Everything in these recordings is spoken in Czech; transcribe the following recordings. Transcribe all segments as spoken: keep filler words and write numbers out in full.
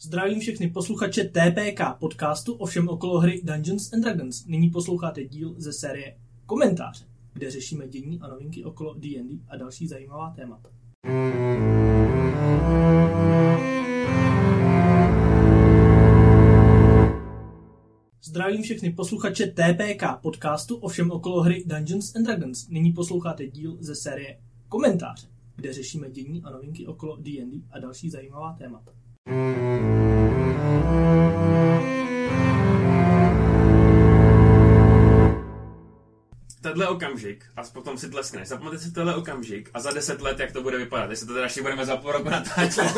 Zdravím všechny posluchače T P K podcastu o všem okolo hry Dungeons and Dragons. Nyní posloucháte díl ze série Komentáře, kde řešíme dění a novinky okolo D and D a další zajímavá témata. Zdravím všechny posluchače T P K podcastu o všem okolo hry Dungeons and Dragons. Nyní posloucháte díl ze série Komentáře, kde řešíme dění a novinky okolo D and D a další zajímavá témata. Tenhle okamžik a potom si tleskneš. Zapamatujte si tenhle okamžik a za deset let, jak to bude vypadat. Jestli to teda ještě budeme za půl roku natáčet.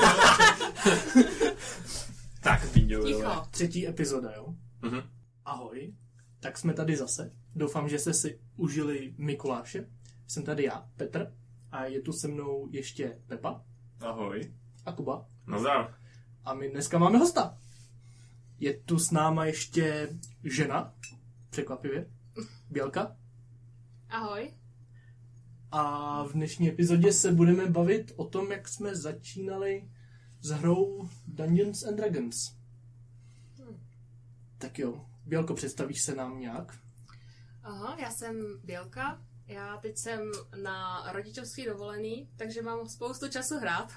Tak, píňo. Třetí epizoda, jo? Uh-huh. Ahoj. Tak jsme tady zase. Doufám, že jste si užili Mikuláše. Jsem tady já, Petr. A je tu se mnou ještě Pepa. Ahoj. A Kuba. Nazdar. A my dneska máme hosta. Je tu s náma ještě žena. Překvapivě. Bělka. Ahoj. A v dnešní epizodě se budeme bavit o tom, jak jsme začínali s hrou Dungeons and Dragons. Hmm. Tak jo, Bělko, představíš se nám nějak? Aha, já jsem Bělka. Já teď jsem na rodičovský dovolený, takže mám spoustu času hrát.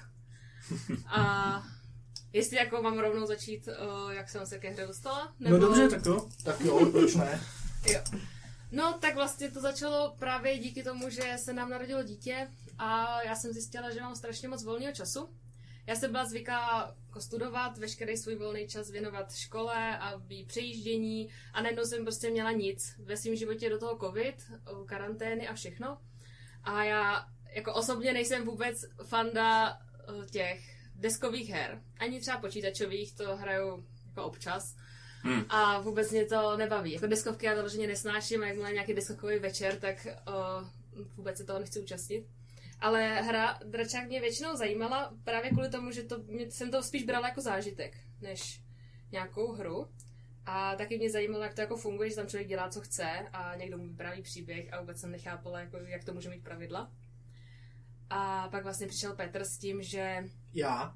A jestli jako mám rovnou začít, jak jsem se ke hře dostala? Nebo... No dobře, tak jo. Tak jo, proč ne? Jo. No, tak vlastně to začalo právě díky tomu, že se nám narodilo dítě a já jsem zjistila, že mám strašně moc volného času. Já jsem byla zvyklá jako studovat, veškerý svůj volný čas věnovat škole a přejíždění a najednou jsem prostě měla nic. Ve svém životě do toho covid, karantény a všechno. A já jako osobně nejsem vůbec fanda těch deskových her. Ani třeba počítačových, to hraju jako občas. Hmm. A vůbec mě to nebaví. Jako deskovky já vyloženě nesnáším a jakmile nějaký deskovkový večer, tak uh, vůbec se toho nechci účastnit. Ale hra Dračák mě většinou zajímala právě kvůli tomu, že to, mě, jsem to spíš brala jako zážitek, než nějakou hru. A taky mě zajímalo, jak to jako funguje, že tam člověk dělá, co chce a někdo mu vypráví příběh a vůbec jsem nechápala, jako, jak to může mít pravidla. A pak vlastně přišel Petr s tím, že... Já?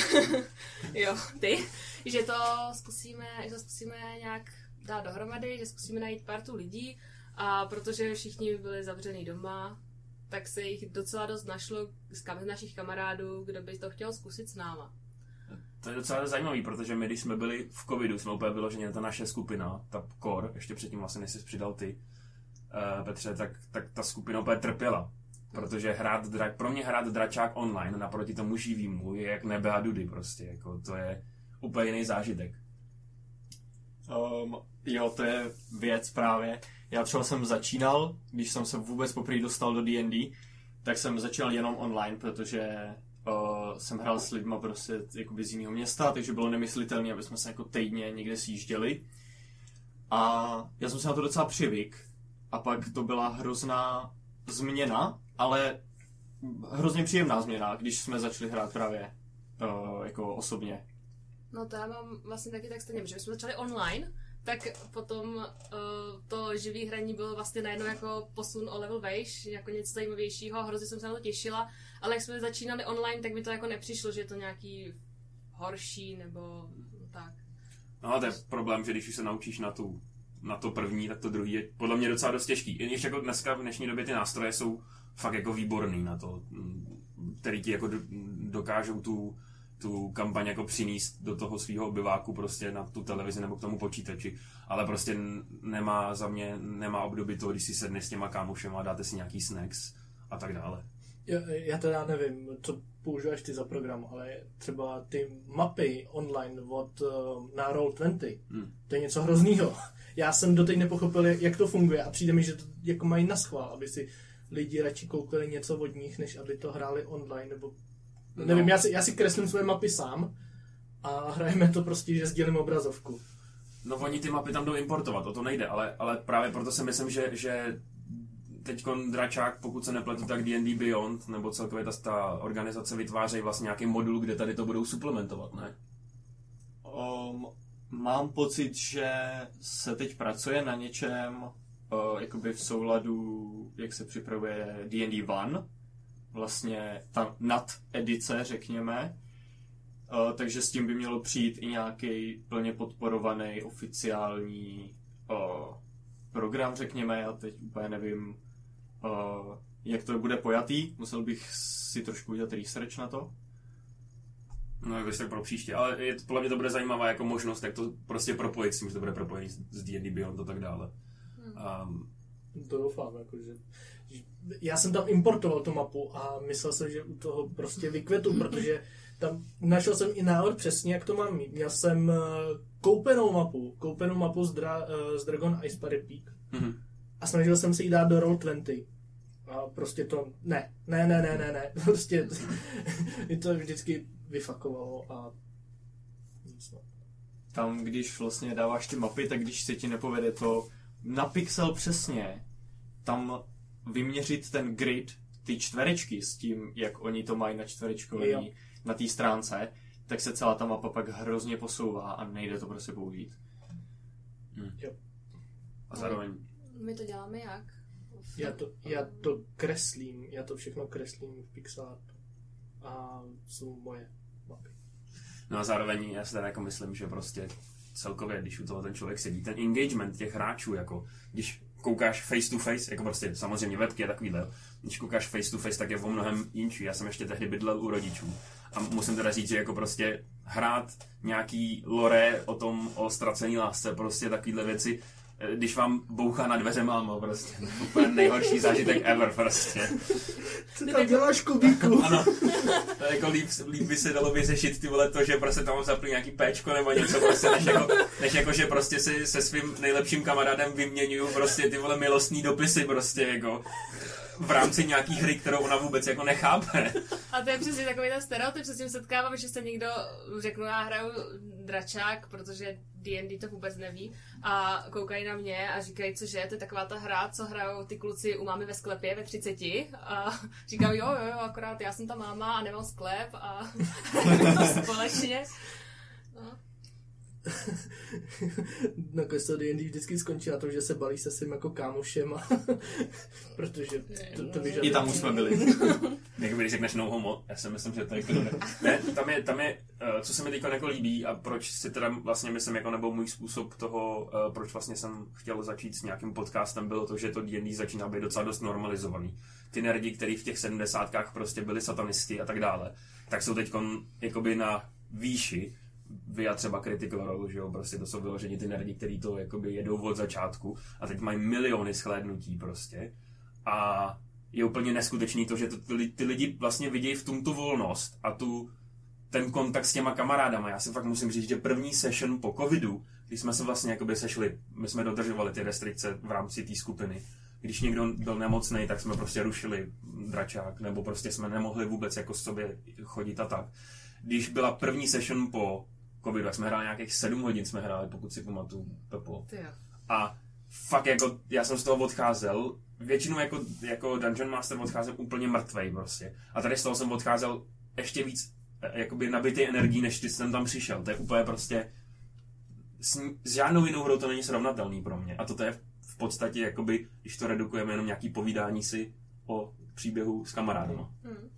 Jo, ty. Že to zkusíme, že to zkusíme nějak dát dohromady, že zkusíme najít partu lidí a protože všichni byli zavřený doma, tak se jich docela dost našlo z našich kamarádů, kdo by to chtěl zkusit s náma. To je docela zajímavý, protože my, když jsme byli v covidu, jsme úplně vyloženě ta naše skupina, ta core, ještě předtím vlastně, než jsi přidal ty, uh, Petře, tak, tak ta skupina úplně trpěla. Protože hrát dra- pro mě hrát Dračák online naproti tomu živýmu je jak nebe a dudy prostě, jako to je úplně jiný zážitek. Um, jo, to je věc právě. Já třeba jsem začínal, když jsem se vůbec poprvé dostal do D and D, tak jsem začínal jenom online, protože uh, jsem hrál s lidma prostě jakoby z jiného města, takže bylo nemyslitelné, aby jsme se jako týdně někde sjížděli. A já jsem se na to docela přivyk. A pak to byla hrozná změna, ale hrozně příjemná změna, když jsme začali hrát právě uh, jako osobně. No to já mám vlastně taky tak stejně, že jsme začali online, tak potom uh, to živý hraní bylo vlastně najednou jako posun o level vejš, jako něco zajímavějšího, hrozně jsem se na to těšila, ale jak jsme začínali online, tak mi to jako nepřišlo, že je to nějaký horší nebo tak. No to je problém, že když už se naučíš na tu na to první, tak to druhý je podle mě docela dost těžký. Jen ještě jako dneska v dnešní době ty nástroje jsou fakt jako výborný na to, který ti jako dokážou tu, tu kampaň jako přinést do toho svého obyváku prostě na tu televizi nebo k tomu počítači. Ale prostě nemá za mě, nemá období toho, když si sedneš s těma kámošema a dáte si nějaký snacks a tak dále. Já, já teda nevím, co používáš ty za program, ale třeba ty mapy online od uh, na Roll dvacet, hmm. to je něco hroznýho. Já jsem doteď nepochopil, jak to funguje a přijde mi, že to jako mají naschvál, aby si lidi radši koukali něco od nich, než aby to hráli online, nebo no. Nevím, já si, já si kreslím svoje mapy sám a hrajeme to prostě, že sdělím obrazovku. No oni ty mapy tam jdou importovat, o to nejde, ale, ale právě proto si myslím, že, že teďkon Dračák, pokud se nepletu, tak D and D Beyond, nebo celkově ta, ta organizace vytvářejí vlastně nějaký modul, kde tady to budou suplementovat, ne? Um, mám pocit, že se teď pracuje na něčem uh, jakoby v souladu, jak se připravuje D and D One, vlastně ta nad edice, řekněme, Uh, takže s tím by mělo přijít i nějaký plně podporovaný oficiální uh, program, řekněme. Já teď úplně nevím, uh, jak to bude pojatý. Musel bych si trošku udělat research na to. No, jako tak pro příště, ale je to, podle mě to bude zajímavá jako možnost, jak to prostě propojit s tím, že to bude propojený s D and D Beyond a tak dále. Um, to doufám, jakože. Já jsem tam importoval tu mapu a myslel jsem, že u toho prostě vykvetu, protože tam našel jsem i návod přesně, jak to mám mít. Měl jsem koupenou mapu, koupenou mapu z, Dra, z Dragon Ice Party Peak mm-hmm. a snažil jsem se jí dát do Roll dvacet. A prostě to, ne, ne, ne, ne, ne, ne, prostě mi to vždycky vyfakovalo a nic no. Tam, když vlastně dáváš ty mapy, tak když se ti nepovede to na pixel přesně, tam vyměřit ten grid, ty čtverečky s tím, jak oni to mají na čtverečkový, na té stránce, tak se celá ta mapa pak hrozně posouvá a nejde to prostě použít. Hmm. Jo. A zároveň... My to děláme jak? Já to, já to kreslím, já to všechno kreslím v pixelartu a jsou moje mapy. No a zároveň já si teda jako myslím, že prostě celkově, když u toho ten člověk sedí, ten engagement těch hráčů, jako když koukáš face to face, jako prostě samozřejmě webky a takovýhle, když koukáš face to face, tak je o mnohem jinčí. Já jsem ještě tehdy bydlel u rodičů a musím teda říct, že jako prostě hrát nějaký lore o tom, o ztracený lásce, prostě takovýhle věci, když vám bouchá na dveře máma, prostě. Úplně nejhorší zážitek ever, prostě. Co tam děláš, Kubíku? Ano. To je jako líp, líp by se dalo vyřešit, ty vole, to, že prostě tam zapli nějaký péčko nebo něco, prostě, než jako, než jako, že prostě si se svým nejlepším kamarádem vyměňuju prostě ty vole milostný dopisy, prostě jako v rámci nějaký hry, kterou ona vůbec jako nechápe. A to je přesně takový ten stereotyp, se s tím setkávám, že se někdo, řeknu, já hraju dračák, protože D and D to vůbec neví, a koukají na mě a říkají, cože, to je taková ta hra, co hrajou ty kluci u mámy ve sklepě ve třiceti, a říkám, jo, jo, jo, akorát já jsem ta máma a nemám sklep a to společně. No. Nakonec to D and D vždycky skončí na tom, že se balí se svým jako kámošem a protože to, to vyžaduje. I tam už jsme byli. Jakoby když řekneš no homo, já si myslím, že to je jako... Ne, tam je, tam je, co se mi teď jako líbí a proč si teda vlastně myslím, jako nebo můj způsob toho, proč vlastně jsem chtěl začít s nějakým podcastem, bylo to, že to D and D začíná být docela dost normalizovaný. Ty nerdi, kteří v těch sedmdesátkách prostě byli satanisti a tak dále, tak jsou teď jakoby na výši. Vy a třeba Critical Role, že jo, prostě to jsou vyloženi ty nerdi, kteří to jakoby jedou od začátku a teď mají miliony shlédnutí prostě. A je úplně neskutečný to, že to, ty, ty lidi vlastně vidějí v tom tu volnost a tu, ten kontakt s těma kamarádama. Já si fakt musím říct, že první session po covidu, když jsme se vlastně jakoby sešli, my jsme dodržovali ty restrikce v rámci té skupiny. Když někdo byl nemocnej, tak jsme prostě rušili dračák, nebo prostě jsme nemohli vůbec jako s sobě chodit a tak. Když byla první session po covidu, tak jsme hráli nějakých sedm hodin, jsme hráli, pokud si pamatuju, Pepo. A fakt jako, já jsem z toho odcházel, většinou jako, jako Dungeon Master odcházel úplně mrtvej prostě. A tady z toho jsem odcházel ještě víc jakoby nabitý energií, než když jsem tam přišel. To je úplně prostě, s, s žádnou jinou hrou to není srovnatelný pro mě. A toto je v podstatě, jakoby, když to redukujeme, jenom nějaký povídání si o příběhu s kamarádama. Hmm.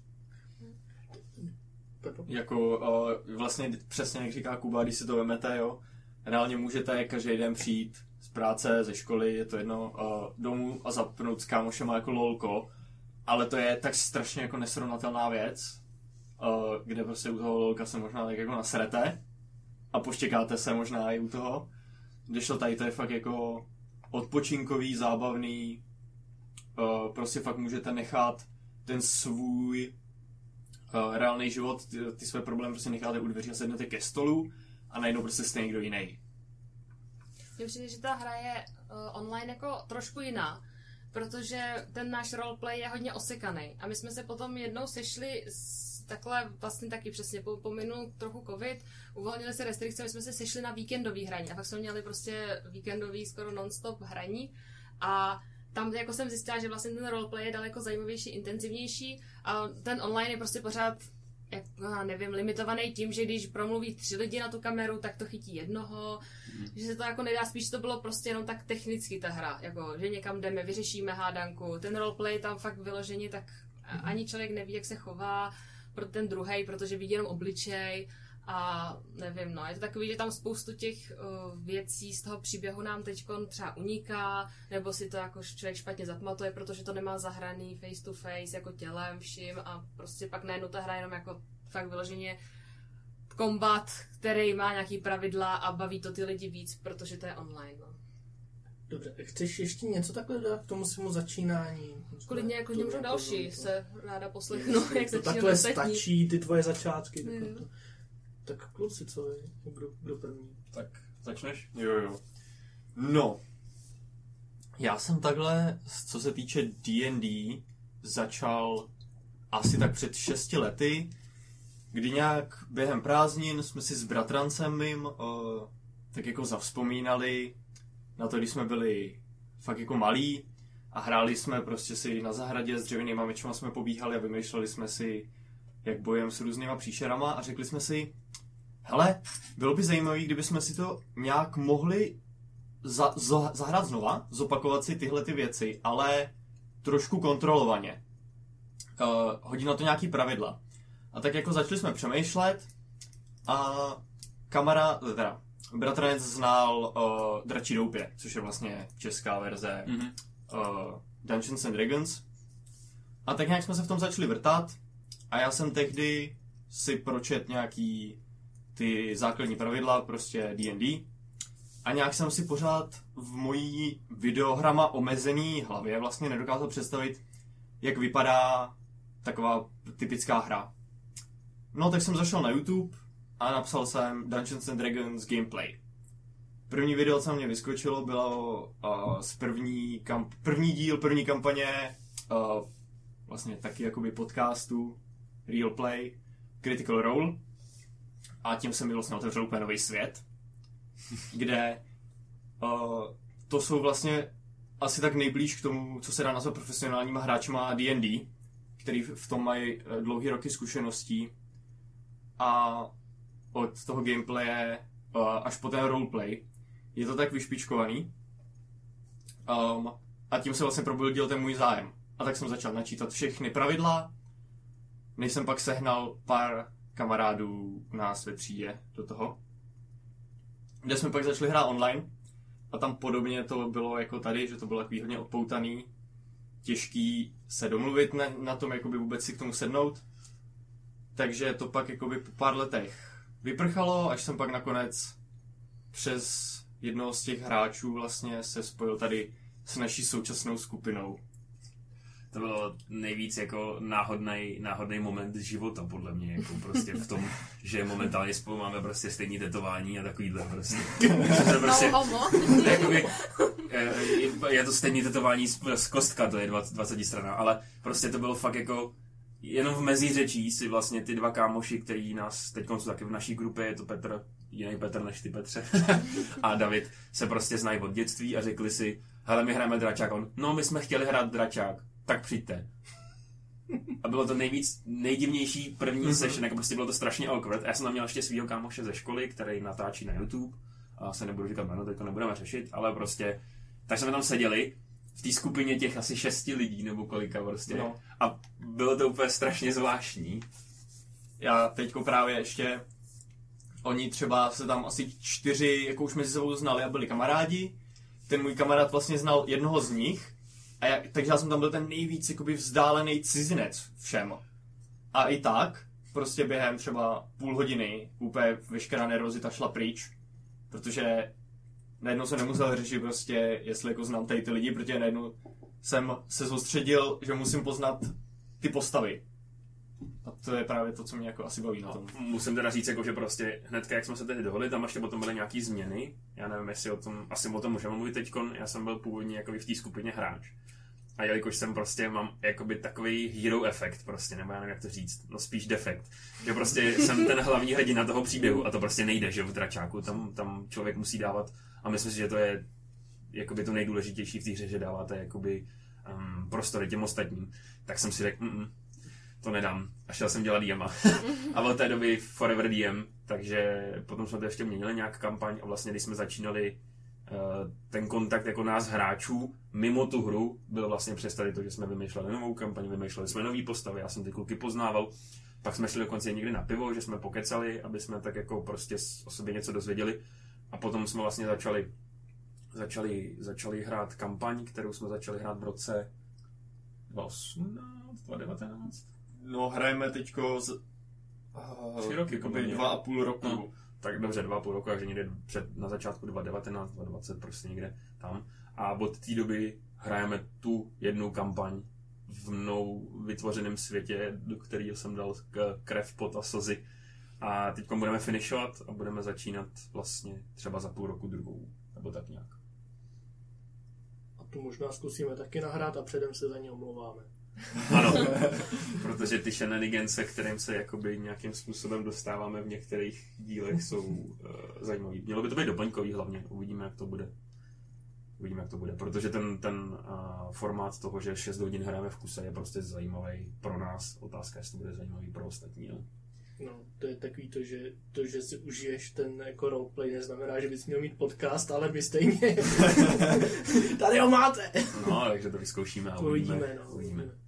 Jako uh, vlastně přesně jak říká Kuba, když si to vemete, jo, reálně můžete každý den přijít z práce, ze školy, je to jedno, uh, domů a zapnout s kámošema jako lolko, ale to je tak strašně jako nesrovnatelná věc, uh, kde prostě u toho lolka se možná tak jako nasrete a poštěkáte se možná i u toho, kdežto tady to je fakt jako odpočinkový, zábavný, uh, prostě fakt můžete nechat ten svůj Uh, reálný život, ty, ty své problémy prostě necháte u dveří a sednete ke stolu a najednou prostě jste někdo jiný. Mně přijde, že ta hra je uh, online jako trošku jiná, protože ten náš roleplay je hodně osekaný a my jsme se potom jednou sešli s, takhle vlastně taky přesně po, pominul trochu covid, uvolnili se restrikce, my jsme se sešli na víkendový hraní a fakt jsme měli prostě víkendový skoro non-stop hraní a tam jako jsem zjistila, že vlastně ten roleplay je daleko zajímavější, intenzivnější a ten online je prostě pořád, jak, no, nevím, limitovaný tím, že když promluví tři lidi na tu kameru, tak to chytí jednoho, mm. že se to jako nedá, spíš to bylo prostě jenom tak technicky ta hra, jako, že někam jdeme, vyřešíme hádanku, ten roleplay tam fakt vyloženě, tak mm. ani člověk neví, jak se chová pro ten druhej, protože vidí jenom obličej A nevím, no, je to takový, že tam spoustu těch uh, věcí z toho příběhu nám teď třeba uniká, nebo si to jako člověk špatně zapamatuje, protože to nemá zahraný face to face, jako tělem, vším a prostě pak najednou ta hra jenom jako fakt vyloženě kombat, který má nějaký pravidla a baví to ty lidi víc, protože to je online, no. Dobře, chceš ještě něco takhle dát k tomu svému začínání? Klidně jako můžu další, to, se ráda poslechnu, jak to takhle stačí, ty tvoje začátky. Mm. To, tak kluci, co je? Kdo, kdo první? Tak začneš? Jo, jo. No, já jsem takhle, co se týče D and D, začal asi tak před šesti lety, kdy nějak během prázdnin jsme si s bratrancem mým uh, tak jako zavzpomínali na to, když jsme byli fakt jako malí a hráli jsme prostě si na zahradě s dřevěnýma mečema jsme pobíhali a vymýšleli jsme si, jak bojem s různýma příšerama a řekli jsme si, hele, bylo by zajímavé, kdyby jsme si to nějak mohli za, za, zahrát znova, zopakovat si tyhle ty věci, ale trošku kontrolovaně. Uh, hodit na to nějaký pravidla. A tak jako začali jsme přemýšlet a kamarád, teda bratranec znal uh, Dračí doupě, což je vlastně česká verze mm-hmm. uh, Dungeons and Dragons. A tak nějak jsme se v tom začali vrtat a já jsem tehdy si pročet nějaký ty základní pravidla, prostě D and D. A nějak jsem si pořád v mojí videohrama omezený hlavě vlastně nedokázal představit, jak vypadá taková typická hra. No tak jsem zašel na YouTube a napsal jsem Dungeons and Dragons gameplay. První video, co mě vyskočilo, bylo uh, z první, kamp- první díl, první kampaně uh, vlastně taky jakoby podcastu Real Play, Critical Role. A tím se mi vlastně otevřel úplně nový svět, kde uh, to jsou vlastně asi tak nejblíž k tomu, co se dá nazvat profesionálníma hráčima D and D, který v tom mají dlouhé roky zkušeností. A od toho gameplaye uh, až po ten roleplay je to tak vyšpičkovaný. Um, a tím se vlastně probudil ten můj zájem. A tak jsem začal načítat všechny pravidla, než jsem pak sehnal pár kamarádů u nás ve třídě do toho, kde jsme pak začali hrát online a tam podobně to bylo jako tady, že to bylo takový hodně odpoutaný, těžký se domluvit na, na tom, jakoby vůbec si k tomu sednout, takže to pak jakoby po pár letech vyprchalo, až jsem pak nakonec přes jednoho z těch hráčů vlastně se spojil tady s naší současnou skupinou. To bylo nejvíc jako náhodný, náhodný moment života, podle mě, jako prostě v tom, že momentálně spolu máme prostě stejný tetování a takovýhle prostě. prostě jakoby, je to stejný tetování z kostka, to je dvacet strana, ale prostě to bylo fakt jako jenom v meziřečí si vlastně ty dva kámoši, který nás teď jsou taky v naší grupě, je to Petr, jiný Petr než ty Petře, a David, se prostě znají od dětství a řekli si, hele, my hrajeme dračák, on, no my jsme chtěli hrát dračák, tak přijďte. A bylo to nejvíc, nejdivnější první mm-hmm. session, jako prostě bylo to strašně awkward. A já jsem tam měl ještě svýho kámoše ze školy, který natáčí na YouTube, a se nebudu říkat jméno, teďko nebudeme řešit, ale prostě, tak jsme tam seděli v té skupině těch asi šesti lidí, nebo kolika prostě. No. A bylo to úplně strašně zvláštní. Já teďko právě ještě, oni třeba se tam asi čtyři, jako už mezi sebou znali a byli kamarádi. Ten můj kamarád vlastně znal jednoho z nich, a já, takže já jsem tam byl ten nejvíc jakoby vzdálený cizinec všem. A i tak, prostě během třeba půl hodiny úplně veškerá nervozita šla pryč, protože najednou jsem nemusel řešit prostě, jestli jako znám tady ty lidi, protože najednou jsem se soustředil, že musím poznat ty postavy. A to je právě to, co mě jako asi baví na tom. Musím teda říct, jako, že prostě hnedka, jak jsme se tehdy dohodli, tam ještě potom byly nějaký změny. Já nevím, jestli o tom, asi o tom můžeme mluvit teďkon. Já jsem byl původně jakoby v té skupině hráč. A jelikož jsem prostě, mám jakoby takový hero efekt prostě, nebo já nevím, jak to říct, no spíš defekt. Že prostě jsem ten hlavní hrdina toho příběhu a to prostě nejde, že v dračáku, tam, tam člověk musí dávat, a myslím si, že to je jakoby to nejdůležitější v té hře, že dáváte jakoby um, prostory těm ostatním. Tak jsem si řekl, mm, to nedám. A šel jsem dělat D M a. A od té doby Forever D M, takže potom jsme to ještě měnili nějak kampaň a vlastně, když jsme začínali uh, ten kontakt jako nás hráčů mimo tu hru, byl vlastně přes tady to, že jsme vymýšleli novou kampaň, vymýšleli jsme nový postavy, já jsem ty kluky poznával, Pak jsme šli dokonce někdy na pivo, že jsme pokecali, aby jsme tak jako prostě o sobě něco dozvěděli. A potom jsme vlastně začali, začali, začali hrát kampaň, kterou jsme začali hrát v roce dva tisíce osmnáct, dva tisíce devatenáct. No, hrajeme teďko z... Uh, Tři roky, jakoby dva a půl roku. No, tak dobře, dva a půl roku, takže někde před, na začátku dva tisíce devatenáct, dva tisíce dvacet, prostě někde tam. A od té doby hrajeme tu jednu kampaň v mnou vytvořeném světě, do kterého jsem dal krev, pot a slzy. A teď budeme finišovat a budeme začínat vlastně třeba za půl roku druhou, nebo tak nějak. A tu možná zkusíme taky nahrát a předem se za ně omlouváme. Ano, protože ty shenanigans, kterým se jakoby nějakým způsobem dostáváme v některých dílech, jsou uh, zajímavý. Mělo by to být doplňkový hlavně, uvidíme, jak to bude. Uvidíme, jak to bude, protože ten, ten uh, formát toho, že šest hodin hrajeme v kuse, je prostě zajímavý pro nás. Otázka, jestli to bude zajímavý pro ostatní. No, no to je takový to, že, to, že si užiješ ten jako roleplay, neznamená, že bys měl mít podcast, ale my stejně. Tady ho máte! No, takže to vyzkoušíme a uvidíme. Uvidíme, no, uvidíme. Uh,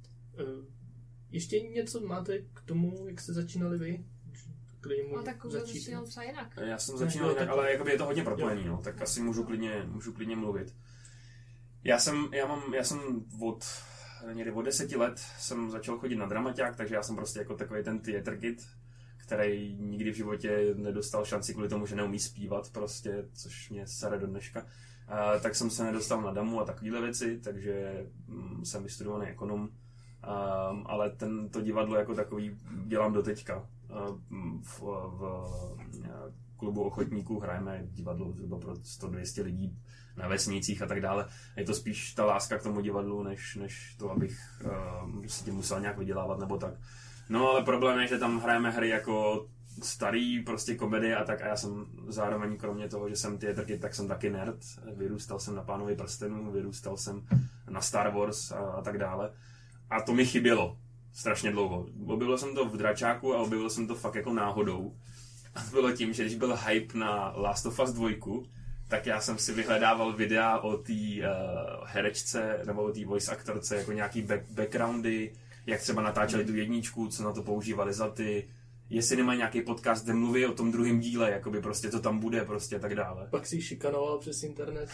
ještě něco máte k tomu, jak jste začínali vy? No tak už začínal třeba jinak. Já jsem začínal jinak, ale jakoby je to hodně propojený, no, tak asi můžu klidně, můžu klidně mluvit. Já jsem, já mám, já jsem od, někdy od deseti let jsem začal chodit na dramaťák, takže já jsem prostě jako takový ten theater kid, který nikdy v životě nedostal šanci kvůli tomu, že neumí zpívat prostě, což mě sere do dneška. Uh, tak jsem se nedostal na damu a takovéhle věci, takže um, jsem vystudovaný ekonom, um, ale ten, to divadlo jako takový dělám doteďka. V, v klubu ochotníků hrajeme divadlo zhruba pro sto až dvě stě lidí na vesnicích a tak dále. Je to spíš ta láska k tomu divadlu, než, než to, abych uh, si tím musel nějak vydělávat nebo tak. No ale problém je, že tam hrajeme hry jako starý prostě komedie a tak a já jsem zároveň kromě toho, že jsem theater kid, tak jsem taky nerd. Vyrůstal jsem na Pánovi prstenů, vyrůstal jsem na Star Wars a, a tak dále. A to mi chybělo. Strašně dlouho. Objevil jsem to v Dračáku a objevil jsem to fakt jako náhodou. A to bylo tím, že když byl hype na Last of Us dva, tak já jsem si vyhledával videa o té uh, herečce nebo o té voice aktorce, jako nějaký back- backgroundy, jak třeba natáčeli tu jedničku, co na to používali za ty, jestli nemají nějaký podcast, kde mluví o tom druhém díle, jakoby prostě to tam bude prostě a tak dále. Pak si ji šikanoval přes internet.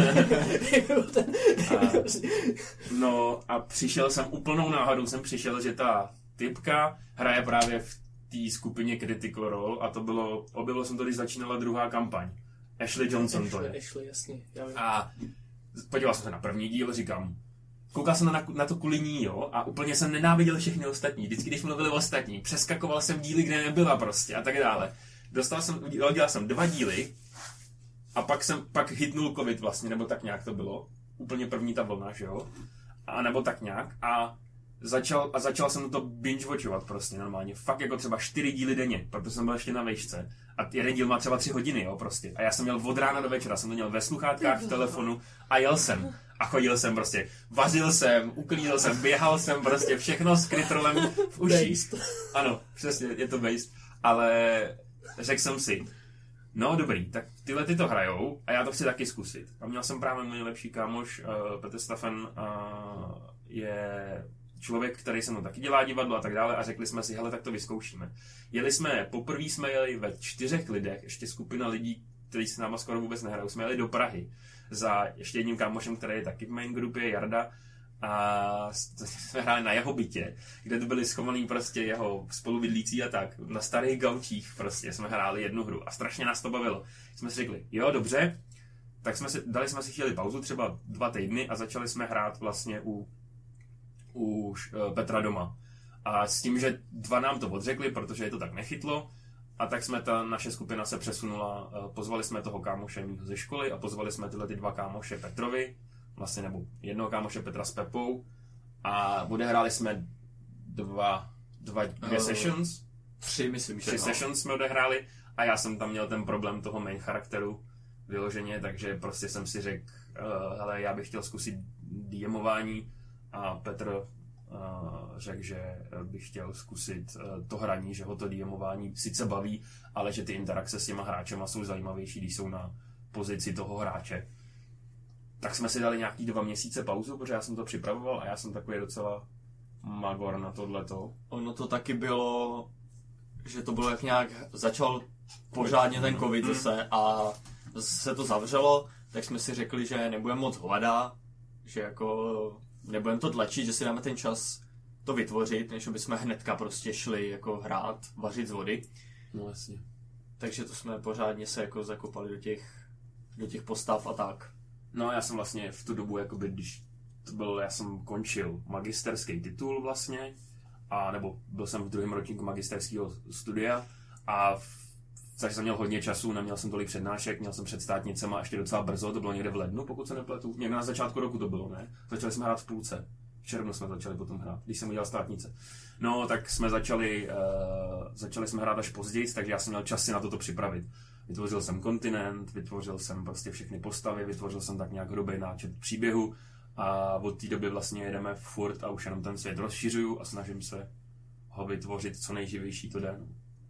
a, no a přišel jsem úplnou náhodou, jsem přišel, že ta typka hraje právě v té skupině Critical Role a to bylo, objevil jsem to, když začínala druhá kampaň. Ashley Johnson Ashley, to je. Ashley, jasně. Já vím. A podíval jsem se na první díl, říkám, koukal jsem na, na to kvůli ní, jo, a úplně jsem nenáviděl všechny ostatní. Vždycky, když mluvili ostatní, přeskakoval jsem díly, kde nebyla prostě a tak dále. Dostal jsem, udělal jsem dva díly a pak jsem, pak hitnul covid vlastně, nebo tak nějak to bylo. Úplně první ta vlna, že jo, a nebo tak nějak a začal, a začal jsem to binge-watchovat prostě normálně. Fakt jako třeba čtyři díly denně, protože jsem byl ještě na vejšce. A jeden díl má třeba tři hodiny, jo, prostě. A já jsem měl od rána do večera, jsem to měl ve sluchátkách, v telefonu a jel jsem. A chodil jsem prostě, vařil jsem, uklízel jsem, běhal jsem prostě, všechno s krytrolem v uších. Ano, přesně, je to based. Ale řekl jsem si, no dobrý, tak tyhle ty to hrajou a já to chci taky zkusit. A měl jsem právě můj nejlepší kámoš, uh, Petr Staffen, uh, je člověk, který se mnou taky dělá divadlo a tak dále a řekli jsme si, hele, tak to vyzkoušíme. Jeli jsme, poprvé jsme jeli ve čtyřech lidech, ještě skupina lidí, kteří s náma skoro vůbec nehrajou, jsme jeli do Prahy za ještě jedním kámošem, který je taky v main grupě, Jarda, a jsme hráli na jeho bytě, kde to byli schovaný prostě jeho spolubydlící a tak, na starých gaučích prostě jsme hráli jednu hru a strašně nás to bavilo. Jsme si řekli, jo, dobře, tak jsme si, dali jsme si chvíli pauzu, třeba dva týdny a začali jsme hrát vlastně u u Petra doma. A s tím, že dva nám to odřekli, protože je to tak nechytlo, a tak jsme, ta naše skupina se přesunula, pozvali jsme toho kámoše mýho ze školy a pozvali jsme tyhle ty dva kámoše Petrovi, vlastně nebo jednoho kámoše Petra s Pepou a odehráli jsme dva, dva dvě uh, sessions. Tři, myslím, že Tři no. sessions jsme odehráli a já jsem tam měl ten problém toho main charakteru vyloženě, takže prostě jsem si řekl, uh, hele, já bych chtěl zkusit DMování. A Petr uh, řekl, že bych chtěl zkusit uh, to hraní, že ho to DMování sice baví, ale že ty interakce s těma hráčema jsou zajímavější, když jsou na pozici toho hráče. Tak jsme si dali nějaký dva měsíce pauzu, protože já jsem to připravoval a já jsem takový docela Magor na tohleto? Ono to taky bylo, že to bylo jak nějak, začal pořádně ten covid zase a se to zavřelo, tak jsme si řekli, že nebudeme moc hovada, že jako nebudeme to tlačit, že si dáme ten čas to vytvořit, než bychom hnedka prostě šli jako hrát, vařit z vody. No jasně. Takže to jsme pořádně se jako zakopali do těch, do těch postav a tak. No já jsem vlastně v tu dobu, jakoby, když to byl, já jsem končil magisterský titul vlastně, a nebo byl jsem v druhém ročníku magisterského studia a v, takže jsem měl hodně času, neměl jsem tolik přednášek, měl jsem před státnicema ještě docela brzo, to bylo někde v lednu, pokud se nepletu, někde na začátku roku to bylo, ne? Začali jsme hrát v půlce, v červnu jsme začali potom hrát, když jsem udělal státnice. No, tak jsme začali, uh, začali jsme hrát až později, takže já jsem měl čas si na toto připravit. Vytvořil jsem kontinent, vytvořil jsem prostě všechny postavy, vytvořil jsem tak nějak hrubý náčet příběhu a od té doby vlastně jedeme furt a už jenom ten svět rozšiřuju a snažím se ho vytvořit co nejživější to jde.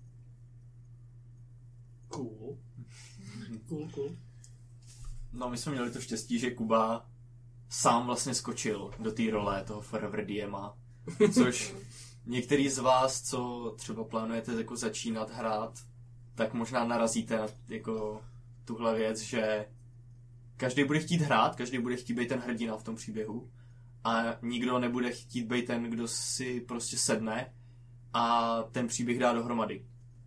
Cool. Cool, cool. No my jsme měli to štěstí, že Kuba sám vlastně skočil do té role toho Forever D M a, což některý z vás, co třeba plánujete jako začínat hrát, tak možná narazíte na jako tuhle věc, že každý bude chtít hrát, každý bude chtít být ten hrdina v tom příběhu a nikdo nebude chtít být ten, kdo si prostě sedne a ten příběh dá dohromady.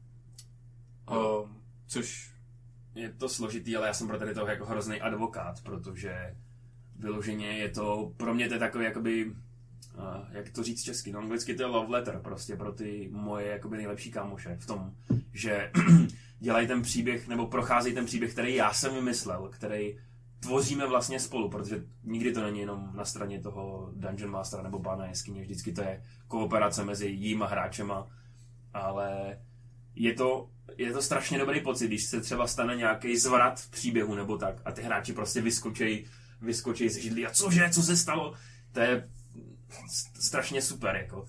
No. Um, což... Je to složitý, ale já jsem pro tady toho jako hrozný advokát, protože vyloženě je to, pro mě to je takový jakoby, uh, jak to říct česky, no anglicky to je love letter prostě pro ty moje jakoby nejlepší kámoše v tom, že dělají ten příběh, nebo procházejí ten příběh, který já jsem vymyslel, který tvoříme vlastně spolu, protože nikdy to není jenom na straně toho Dungeon Mastera nebo pána jeskyně, vždycky to je kooperace mezi jím a hráčema, ale je to, je to strašně dobrý pocit, když se třeba stane nějaký zvrat v příběhu nebo tak a ty hráči prostě vyskočí, vyskočí z židlí a cože, co se stalo, to je strašně super, jako.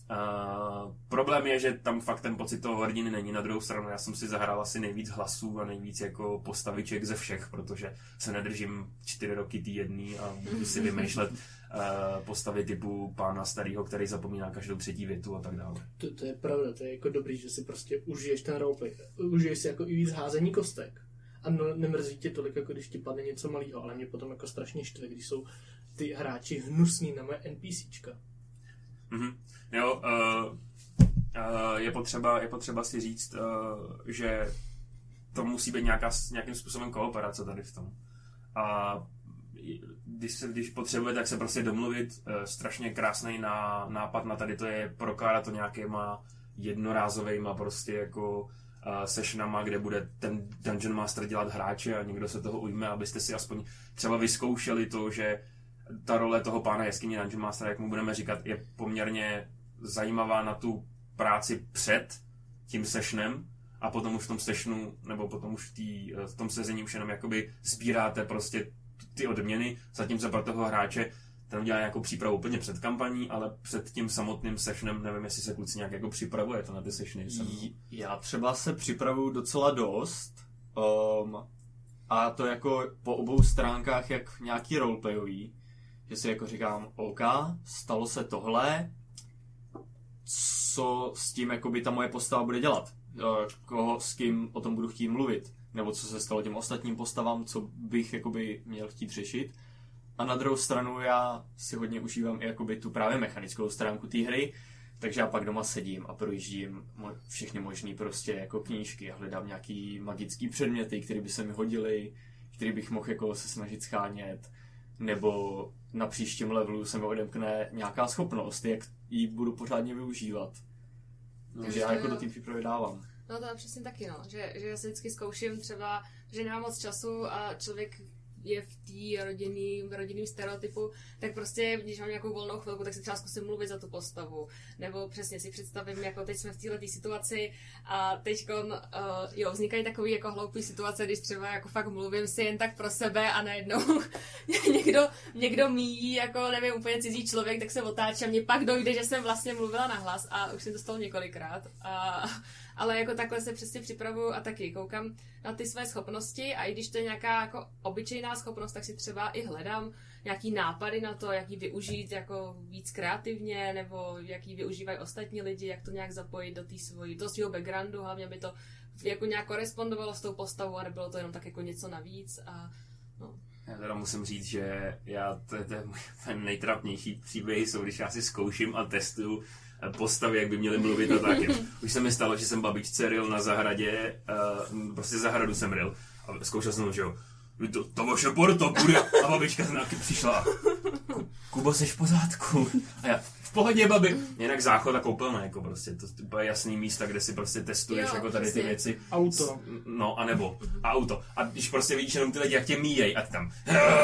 Uh, problém je, že tam fakt ten pocit toho hrdiny není. Na druhou stranu já jsem si zahrál asi nejvíc hlasů a nejvíc jako postaviček ze všech, protože se nedržím čtyři roky tý jedný a budu si vymýšlet uh, postavy typu pána starýho, který zapomíná každou třetí větu a tak dále. To, to je pravda, to je jako dobrý, že si prostě užiješ ten roleplay. Užiješ si jako i víc házení kostek. A no, nemrzí tě tolik, jako když ti padne něco malého, ale mě potom jako strašně štve, když jsou ty hráči hnusný na moje NPCčka. Mm-hmm. Jo, uh, uh, je, potřeba, je potřeba si říct, uh, že to musí být nějaká, nějakým způsobem kooperace tady v tom. A když, se, když potřebuje, tak se prostě domluvit. Uh, strašně krásný ná, nápad na tady to je prokládat to nějakýma jednorázovejma prostě jako uh, sessionama, kde bude ten Dungeon Master dělat hráče a někdo se toho ujme, abyste si aspoň třeba vyzkoušeli to, že ta role toho pána jeskyně Dungeon Mastera, jak mu budeme říkat, je poměrně zajímavá na tu práci před tím sessionem a potom už v tom sessionu, nebo potom už v, tý, v tom sezení už jenom jakoby sbíráte prostě ty odměny, zatímco pro toho hráče ten udělá nějakou přípravu úplně před kampaní, ale před tím samotným sessionem, nevím, jestli se kluci nějak jako připravujete na ty sessiony. Já třeba se připravuju docela dost um, a to jako po obou stránkách jak nějaký roleplayový, že si jako říkám, OK, stalo se tohle, co s tím jakoby ta moje postava bude dělat, koho s kým o tom budu chtít mluvit, nebo co se stalo těm ostatním postavám, co bych jakoby měl chtít řešit. A na druhou stranu já si hodně užívám i jakoby tu právě mechanickou stránku té hry, takže já pak doma sedím a projíždím všechny možný prostě jako knížky a hledám nějaký magický předměty, které by se mi hodily, které bych mohl jako se snažit schánět, nebo na příštím levelu se mi odemkne nějaká schopnost, jak ji budu pořádně využívat. No, takže já jako do té přípravy dávám. No to je přesně taky, no. Že, že já se vždycky zkouším třeba, že nemám moc času a člověk je v té rodinným, rodinným stereotypu, tak prostě, když mám nějakou volnou chvilku, tak si třeba zkusím mluvit za tu postavu. Nebo přesně si představím, jako teď jsme v této situaci a teďkon, uh, jo, vznikají takový jako hloupý situace, když třeba jako fakt mluvím si jen tak pro sebe a najednou někdo, někdo míjí, jako nevím, úplně cizí člověk, tak se otáčí a mně pak dojde, že jsem vlastně mluvila nahlas a už jsem to stalo několikrát. A, ale jako takhle se přesně připravuju a taky koukám na ty své schopnosti a i když to je nějaká jako obyčejná schopnost, tak si třeba i hledám nějaký nápady na to, jak ji využít jako víc kreativně, nebo jak ji využívají ostatní lidi, jak to nějak zapojit do té svojí, do svého backgroundu, hlavně by to jako nějak korespondovalo s tou postavou a nebylo to jenom tak jako něco navíc a no. Já teda musím říct, že já, to je ten nejtrapnější příběhy jsou, když já si zkouším a testuju postavy, jak by měly mluvit a tak. Už se mi stalo, že jsem babičce ryl na zahradě, uh, prostě zahradu jsem ryl a zkoušel jsem, že jo, to, to vaše porto bude a babička z náky přišla. Kubo, jsi v pořádku? A já, v pohodě, babi. Jinak záchod a koupelna, jako prostě, to je jasný místa, kde si prostě testuješ jo, jako tady prostě ty věci. Auto. No, a nebo auto. A když prostě vidíš jenom ty lidi, jak tě míjej a ty tam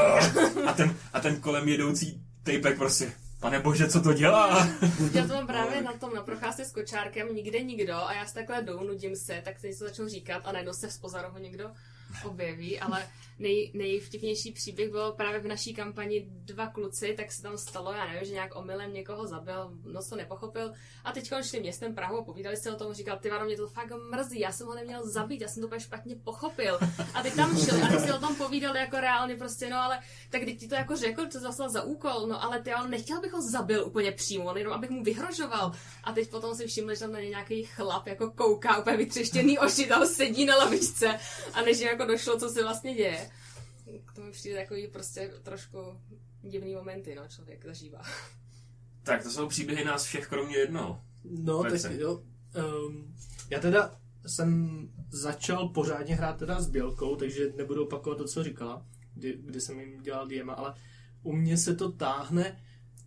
a ten, a ten kolem jedoucí tejpek prostě, pane bože, co to dělá? Já to mám právě na tom, na procházce s kočárkem, nikde nikdo a já si takhle jdou, nudím se, tak se něco začnu říkat a najednou se zpoza rohu někdo objeví, ale nej, nejvtipnější příběh bylo právě v naší kampani dva kluci, tak se tam stalo, já nevím, že nějak omylem někoho zabil, moc to nepochopil a teď šli městem Prahu a povídali si o tom, říkal, ty vado, mě to fakt mrzí, já jsem ho neměl zabít, já jsem to úplně špatně pochopil a teď tam šli a teď si o tom povídali jako reálně prostě, no ale tak teď ti to jako řekl, co zaslal za úkol, no ale ty on nechtěl, bych ho zabil úplně přímo, on jenom abych mu vyhrožoval a teď potom si všimli, že tam na ně nějaký chlap jako kouká, úplně vytřeštěný oči, tam sedí na lavičce a než jako došlo, co se vlastně děje. K tomu přijde takový prostě trošku divný momenty, no, člověk zažívá. Tak to jsou příběhy nás všech kromě jednoho. No, Vrce. tak jo. Um, já teda jsem začal pořádně hrát teda s Bělkou, takže nebudu opakovat to, co říkala, kdy, kdy jsem jim dělal D M, ale u mě se to táhne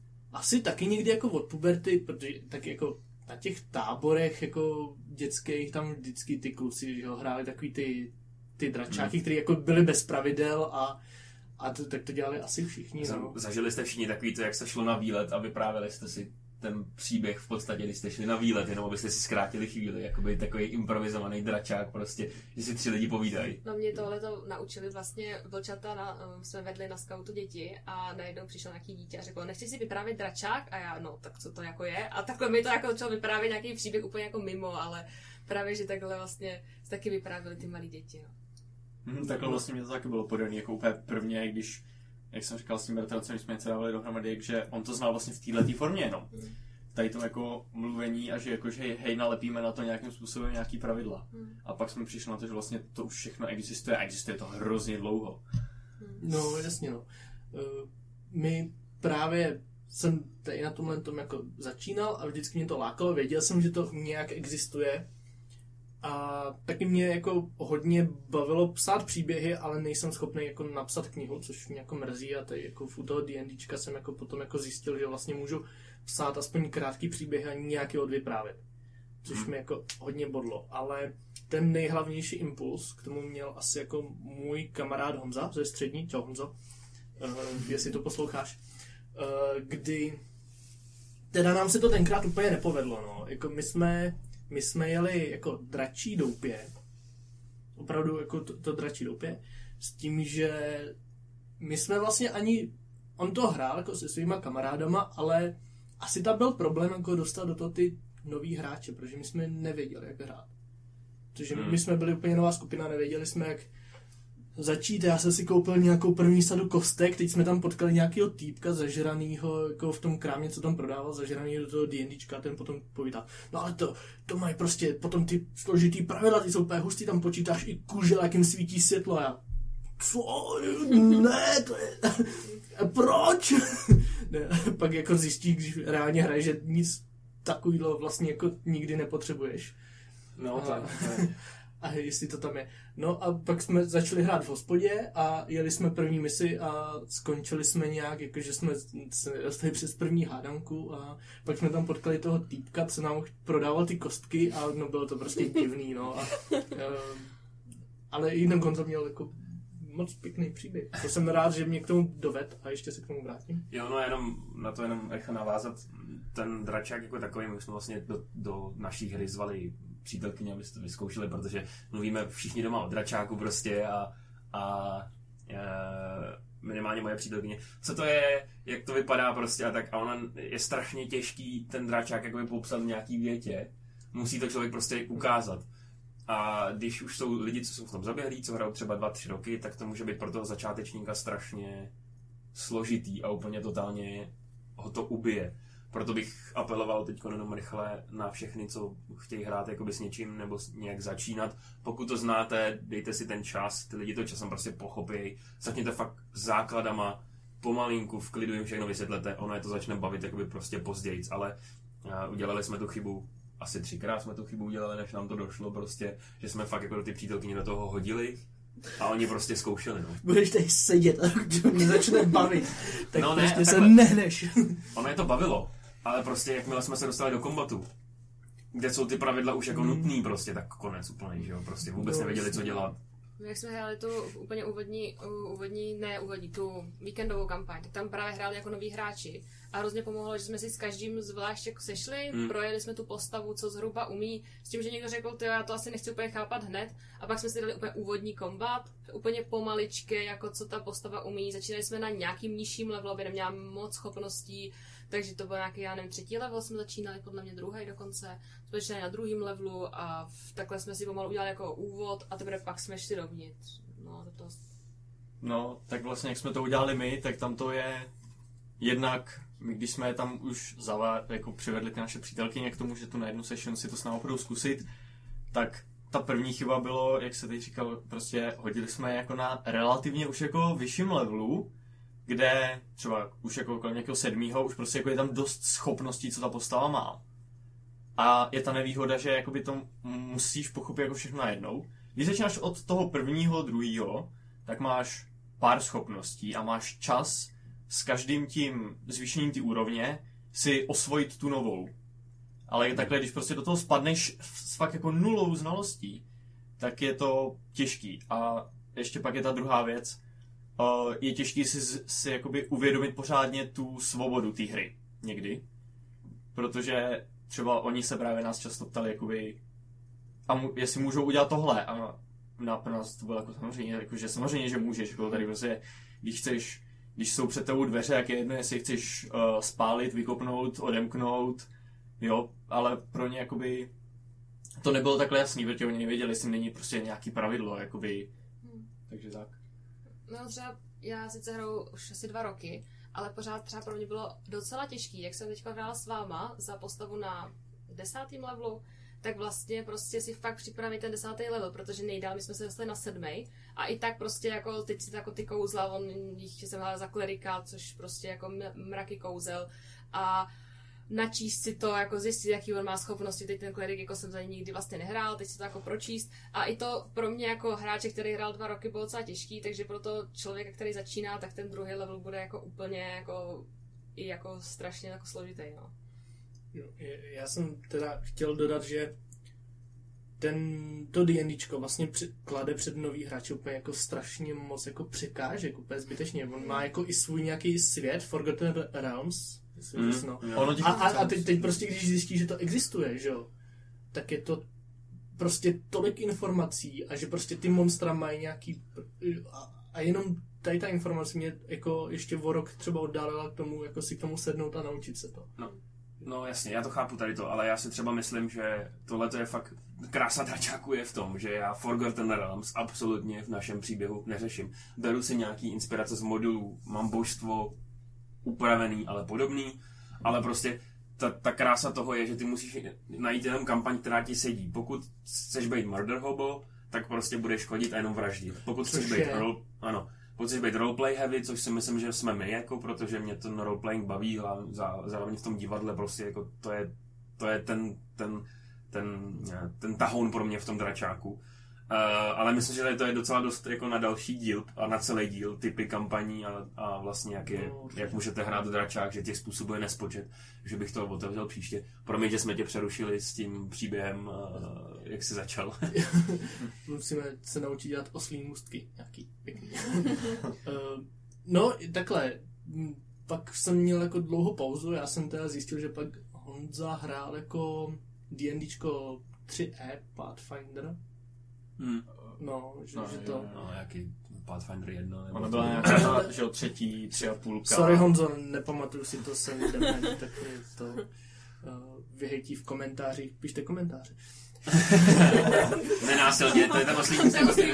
asi taky někdy jako od puberty, protože tak jako na těch táborech jako dětských tam vždycky ty kluci, že ho hráli takový ty ty dračáky, hmm. které jako byly bez pravidel a, a to, tak to dělali asi všichni. No. Zažili jste všichni takový to, jak se šlo na výlet a vyprávěli jste si ten příběh v podstatě, když jste šli na výlet, jenom abyste si zkrátili chvíli, jakoby takový improvizovaný dračák prostě, že si tři lidi povídají. No mě tohle to naučili vlastně vlčata, na, um, jsme vedli na skautu děti a najednou přišel nějaký dítě a řekl, nechci si vyprávět dračák? A já, no tak co to jako je? A takhle mi to jako začalo vyprávět nějaký příběh úplně jako mimo, ale právě, že takhle vlastně taky vyprávěli ty malí děti, no. Hmm, takhle vlastně mě to taky bylo podaný, jako úplně prvně, když, jak jsem říkal s tím bratrancem, když jsme něco dávali dohromady, že on to znal vlastně v této formě jenom. Hmm. Tady tom jako mluvení a že jako, že hej, nalepíme na to nějakým způsobem nějaký pravidla. Hmm. A pak jsme přišli na to, že vlastně to už všechno existuje a existuje to hrozně dlouho. Hmm. No, jasně no. My právě jsem tady na tomhle tom jako začínal a vždycky mě to lákalo, věděl jsem, že to nějak existuje. A taky mě jako hodně bavilo psát příběhy, ale nejsem schopný jako napsat knihu, což mě jako mrzí a tady jako u toho D&Dčka jsem jako potom jako zjistil, že vlastně můžu psát aspoň krátký příběh a nějaký odvyprávět. Což hmm. mi jako hodně bodlo, ale ten nejhlavnější impuls k tomu měl asi jako můj kamarád Honza ze střední, čau Honzo, uh, jestli to posloucháš, uh, kdy teda nám se to tenkrát úplně nepovedlo, no, jako my jsme My jsme jeli jako dračí doupě, opravdu jako to, to dračí doupě, s tím, že my jsme vlastně ani, on to hrál jako se svýma kamarádama, ale asi tam byl problém jako dostat do toho ty nový hráče, protože my jsme nevěděli, jak hrát. Protože hmm. my jsme byli úplně nová skupina, nevěděli jsme, jak začít. Já jsem si koupil nějakou první sadu kostek, teď jsme tam potkali nějakého týpka zažranýho, jako v tom krámě, co tam prodával, zažranýho do toho D&Dčka, ten potom povídal, no ale to, to mají prostě potom ty složitý pravidla, ty jsou úplně hustý, tam počítáš i kužel, jak jim svítí světlo a já, co? Ne, to je, proč? Ne, pak jako zjistíš, když reálně hraješ, že nic takovýhle vlastně jako nikdy nepotřebuješ. No, tak. A jestli to tam je. No a pak jsme začali hrát v hospodě a jeli jsme první misi a skončili jsme nějak, jakože jsme se dostali přes první hádanku a pak jsme tam potkali toho týpka, co nám prodával ty kostky a no bylo to prostě divný, no. A, uh, ale jinak Honza měl jako moc pěkný příběh. To jsem rád, že mě k tomu doved a ještě se k tomu vrátím. Jo, no jenom na to jenom rychle navázat. Ten dračák jako takový, my jsme vlastně do, do naší hry zvali přítelkyně, abyste to vyzkoušeli, protože mluvíme všichni doma o dračáku prostě a, a e, minimálně moje přítelkyně. Co to je, jak to vypadá prostě a tak a ona je strašně těžký ten dračák jakoby popsat v nějaký větě Musí to člověk prostě ukázat. A když už jsou lidi, co jsou v tom zaběhlí, co hrajou třeba dva, tři roky, tak to může být pro toho začátečníka strašně složitý a úplně totálně ho to ubije. Proto bych apeloval teď jenom rychle na všechny, co chtějí hrát jakoby s něčím nebo nějak začínat. Pokud to znáte, dejte si ten čas, ty lidi to časem prostě pochopějí. Začněte fakt základama, pomalinku, v klidu jim všechno vysvětlete, ono je to začne bavit jakoby prostě pozdějc, ale uh, udělali jsme tu chybu, asi třikrát jsme tu chybu udělali, než nám to došlo prostě, že jsme fakt jako do ty přítelkyně do toho hodili a oni prostě zkoušeli, no. Budeš tady sedět a když mě začne bavit, tak no, prostě ne, se takhle, nehneš. Ono je to bavilo, ale prostě jakmile jsme se dostali do kombatu, kde jsou ty pravidla už jako nutný prostě, tak konec úplný, že jo, prostě vůbec no, nevěděli, co dělat. Jak jsme hráli tu úplně úvodní, úvodní, ne úvodní, tu víkendovou kampaň, tak tam právě hráli jako noví hráči. A hrozně pomohlo, že jsme si s každým zvlášť jako sešli, hmm. projeli jsme tu postavu, co zhruba umí, s tím, že někdo řekl, tyjo, já to asi nechci úplně chápat hned, a pak jsme si dali úplně úvodní kombat, úplně pomaličky, jako co ta postava umí, začínali jsme na nějakým nižším levelu, aby neměla moc schopností, takže to byl nějaký, já nevím, třetí level jsme začínali, podle mě druhý dokonce, jsme začínali na druhém levelu a v, takhle jsme si pomalu udělali jako úvod a teprve pak jsme šli dovnitř. No, to to... no, tak vlastně jak jsme to udělali my, tak tam to je jednak, my když jsme tam už zavá, jako přivedli ty naše přítelkyně k tomu, že tu na jednu session si to s námi budou zkusit, tak ta první chyba bylo, jak se teď říkal, prostě hodili jsme jako na relativně už jako vyšším levelu, kde třeba už jako kolem nějakého sedmýho už prostě jako je tam dost schopností, co ta postava má. A je ta nevýhoda, že jakoby to musíš pochopit jako všechno najednou. Když začínáš od toho prvního, druhého, tak máš pár schopností a máš čas s každým tím zvýšením ty úrovně si osvojit tu novou. Ale takhle, když prostě do toho spadneš s fakt jako nulou znalostí, tak je to těžký. A ještě pak je ta druhá věc, je těžký si, si jakoby uvědomit pořádně tu svobodu té hry někdy. Protože třeba oni se právě nás často ptali, jakoby, a mu, jestli můžou udělat tohle. A na, pro nás to bylo jako samozřejmě, jako, že samozřejmě, že můžeš. Jako tady prostě, když chceš, když jsou před tebou dveře, jak je jedno, jestli chceš uh, spálit, vykopnout, odemknout, jo, ale pro ně jakoby to nebylo takhle jasný, protože oni nevěděli, jestli není prostě nějaký pravidlo, jakoby, hmm. takže tak. No třeba já sice hraju už asi dva roky, ale pořád třeba pro mě bylo docela těžký, jak jsem teďka hrála s váma za postavu na desátém levelu, tak vlastně prostě si fakt připravit ten desátý level, protože nejdál my jsme se dostali na sedmý a i tak prostě jako teď si to jako ty kouzla, on jich jsem hrála za klerika, což prostě jako mraky kouzel a načíst si to, jako zjistit, jaký on má schopnosti, teď ten klerik jako jsem za ní nikdy vlastně nehrál, teď si to jako pročíst a i to pro mě jako hráče, který hrál dva roky, bylo docela těžký, takže pro to člověka, který začíná, tak ten druhý level bude jako úplně jako i jako strašně jako složitý, no. Já jsem teda chtěl dodat, že ten, to D&Dčko vlastně při, klade před nový hráče úplně jako strašně moc jako překážek, úplně zbytečně. On má jako i svůj nějaký svět, Forgotten Realms, mm, no. a, a, a teď, teď prostě, když zjistí, že to existuje, že jo, tak je to prostě tolik informací a že prostě ty monstra mají nějaký a, a jenom tady ta informace mě jako ještě o rok třeba oddálila k tomu, jako si k tomu sednout a naučit se to. No. No jasně, já to chápu tady to, ale já si třeba myslím, že tohle je fakt krása dračáku je v tom, že já Forgotten Realms absolutně v našem příběhu neřeším. Beru si nějaký inspirace z modulů, mám božstvo upravený, ale podobný, ale prostě ta, ta krása toho je, že ty musíš najít jenom kampaň, která ti sedí. Pokud chceš být murder hobo, tak prostě budeš chodit a jenom vraždit. Pokud chceš být role, ano, pokud chceš být roleplay heavy, což si myslím, že jsme my, jako, protože mě ten roleplaying baví, zároveň v tom divadle prostě jako to je, to je ten, ten, ten, ten tahoun pro mě v tom dračáku. Uh, ale myslím, že to je docela dost jako na další díl a na celý díl, typy kampaní a, a vlastně jak, je, jak můžete hrát dračák, že těch způsobů je nespočet, že bych to otevřel příště. Promiň, že jsme tě přerušili s tím příběhem, uh, jak jsi začal. Musíme se naučit dělat oslí můstky, nějaký pěkný. uh, no, takhle, pak jsem měl jako dlouhou pauzu, já jsem teda zjistil, že pak Honza hrál jako D&Dčko tři E Pathfinder. Hmm. No, že, no, že to... Jo, no, jaký Pathfinder jedno. Ono byla nějaká, že jo, třetí, tři a půlka. Sorry Honzo, nepamatuju si to, jsem jdeme, tak je to... vyhejtí v komentářích, pište komentáře. Nenásilně, to je ten poslední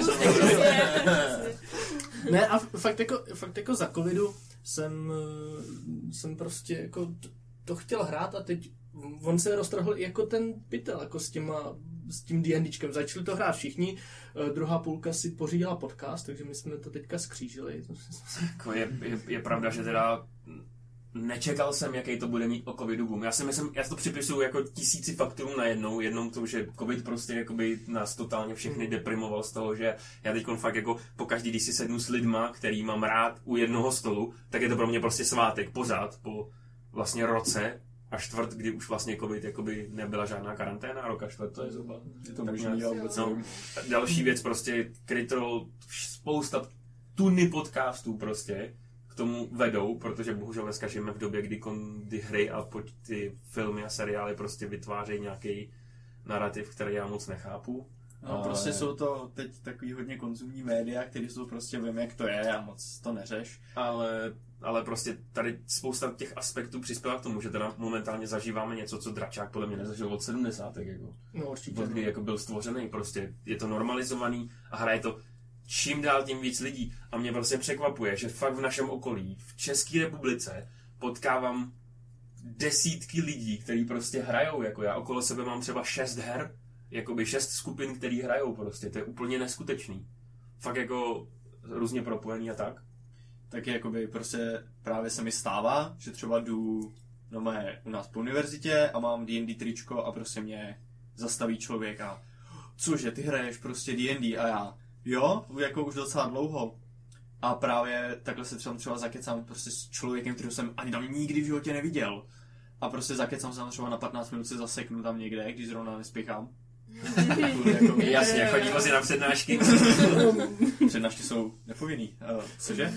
Ne, a fakt jako, fakt jako za covidu jsem, jsem prostě jako to chtěl hrát a teď on se roztrhl jako ten pytel, jako s těma, s tím DNDčkem. Začali to hrát všichni, druhá půlka si pořídila podcast, takže my jsme to teďka skřížili. Jako je, je, je pravda, že teda nečekal jsem, jaký to bude mít o covidu boom. Já si myslím, já to připisuju jako tisíci faktorů najednou. Jednou to, že covid prostě jakoby nás totálně všechny deprimoval z toho, že já teď fakt jako pokaždý, když si sednu s lidma, který mám rád u jednoho stolu, tak je to pro mě prostě svátek pořád po vlastně roce a čtvrt, kdy už vlastně covid jakoby nebyla žádná karanténa, rok a čtvrt to je zhruba. Je to možný, já vůbec no, další věc prostě, Crytrol, spousta tuny podcastů prostě k tomu vedou, protože bohužel dneska žijeme v době, kdy, kon, kdy hry a ty filmy a seriály prostě vytvářejí nějaký narrativ, který já moc nechápu. No ale... prostě jsou to teď takový hodně konzumní média, který jsou prostě, vím jak to je a moc to neřeš. Ale, ale prostě tady spousta těch aspektů přispěla k tomu, že teda momentálně zažíváme něco, co Dračák podle mě nezažil od sedmdesátek. Jako. No určitě. Od kdy jako byl stvořený, prostě je to normalizovaný a hraje to čím dál tím víc lidí. A mě prostě překvapuje, že fakt v našem okolí, v České republice, potkávám desítky lidí, kteří prostě hrajou. Jako já okolo sebe mám třeba šest her, jakoby šest skupin, který hrajou prostě. To je úplně neskutečný. Fakt jako různě propojený a tak. Tak jakoby prostě právě se mi stává, že třeba jdu no mé, u nás po univerzitě a mám D and D tričko a prostě mě zastaví člověk a cože, ty hraješ prostě D and D a já jo, jako už docela dlouho. A právě takhle se třeba, třeba zakecám prostě s člověkem, kterého jsem ani tam nikdy v životě neviděl. A prostě zakecám se tam třeba na patnáct minut se zaseknu tam někde, když zrovna nespěchám. jako, jasně, chodí vlastně na přednášky. Přednášky jsou nepovinný. Uh, cože?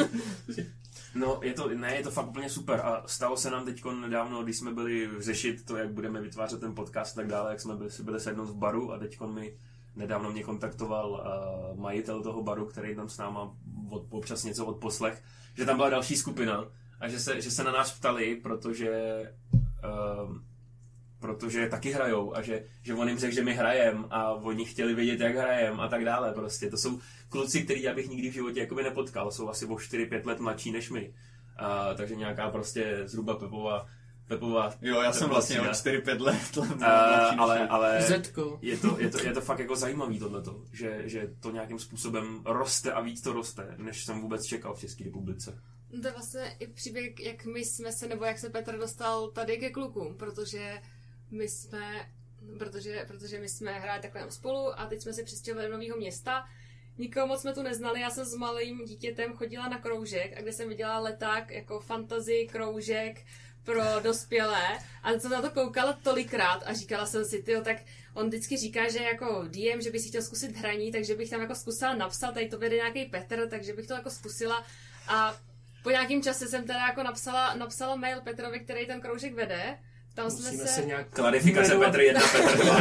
No, je to, ne, je to fakt úplně super a stalo se nám teďko nedávno, když jsme byli řešit to, jak budeme vytvářet ten podcast a tak dále, jak jsme byli, si byli sednout v baru a teďko mi nedávno mě kontaktoval uh, majitel toho baru, který tam s náma od, občas něco odposlech, že tam byla další skupina a že se, že se na nás ptali, protože uh, protože taky hrajou a že, že on jim řekl, že my hrajem a oni chtěli vědět, jak hrajem a tak dále prostě. To jsou kluci, který já bych nikdy v životě jakoby nepotkal, jsou asi o čtyři pět let mladší než my. Uh, takže nějaká prostě zhruba Pepová Pepová. Jo, já jsem vlastně o čtyři pět let. Uh, ale ale Zetko. je, to, je, to, je to fakt jako zajímavý tohleto, že, že to nějakým způsobem roste a víc to roste, než jsem vůbec čekal v České republice. To je vlastně i příběh, jak my jsme se, nebo jak se Petr dostal tady ke klukům, protože my jsme, protože, protože my jsme hráli takhle spolu a teď jsme si přistěhovali do nového města. Nikoho moc jsme tu neznali, já jsem s malým dítětem chodila na kroužek a kde jsem viděla leták jako fantasy kroužek pro dospělé a jsem na to koukala tolikrát a říkala jsem si, tyjo, tak on vždycky říká, že jako D M, že by si chtěl zkusit hraní, takže bych tam jako zkusila napsat, tady to vede nějaký Petr, takže bych to jako zkusila a po nějakém čase jsem teda jako napsala, napsala mail Petrovi, který ten kroužek vede. Tam Musíme jsme se se... nějak... Klarifikace Petr jedna, Petr dva.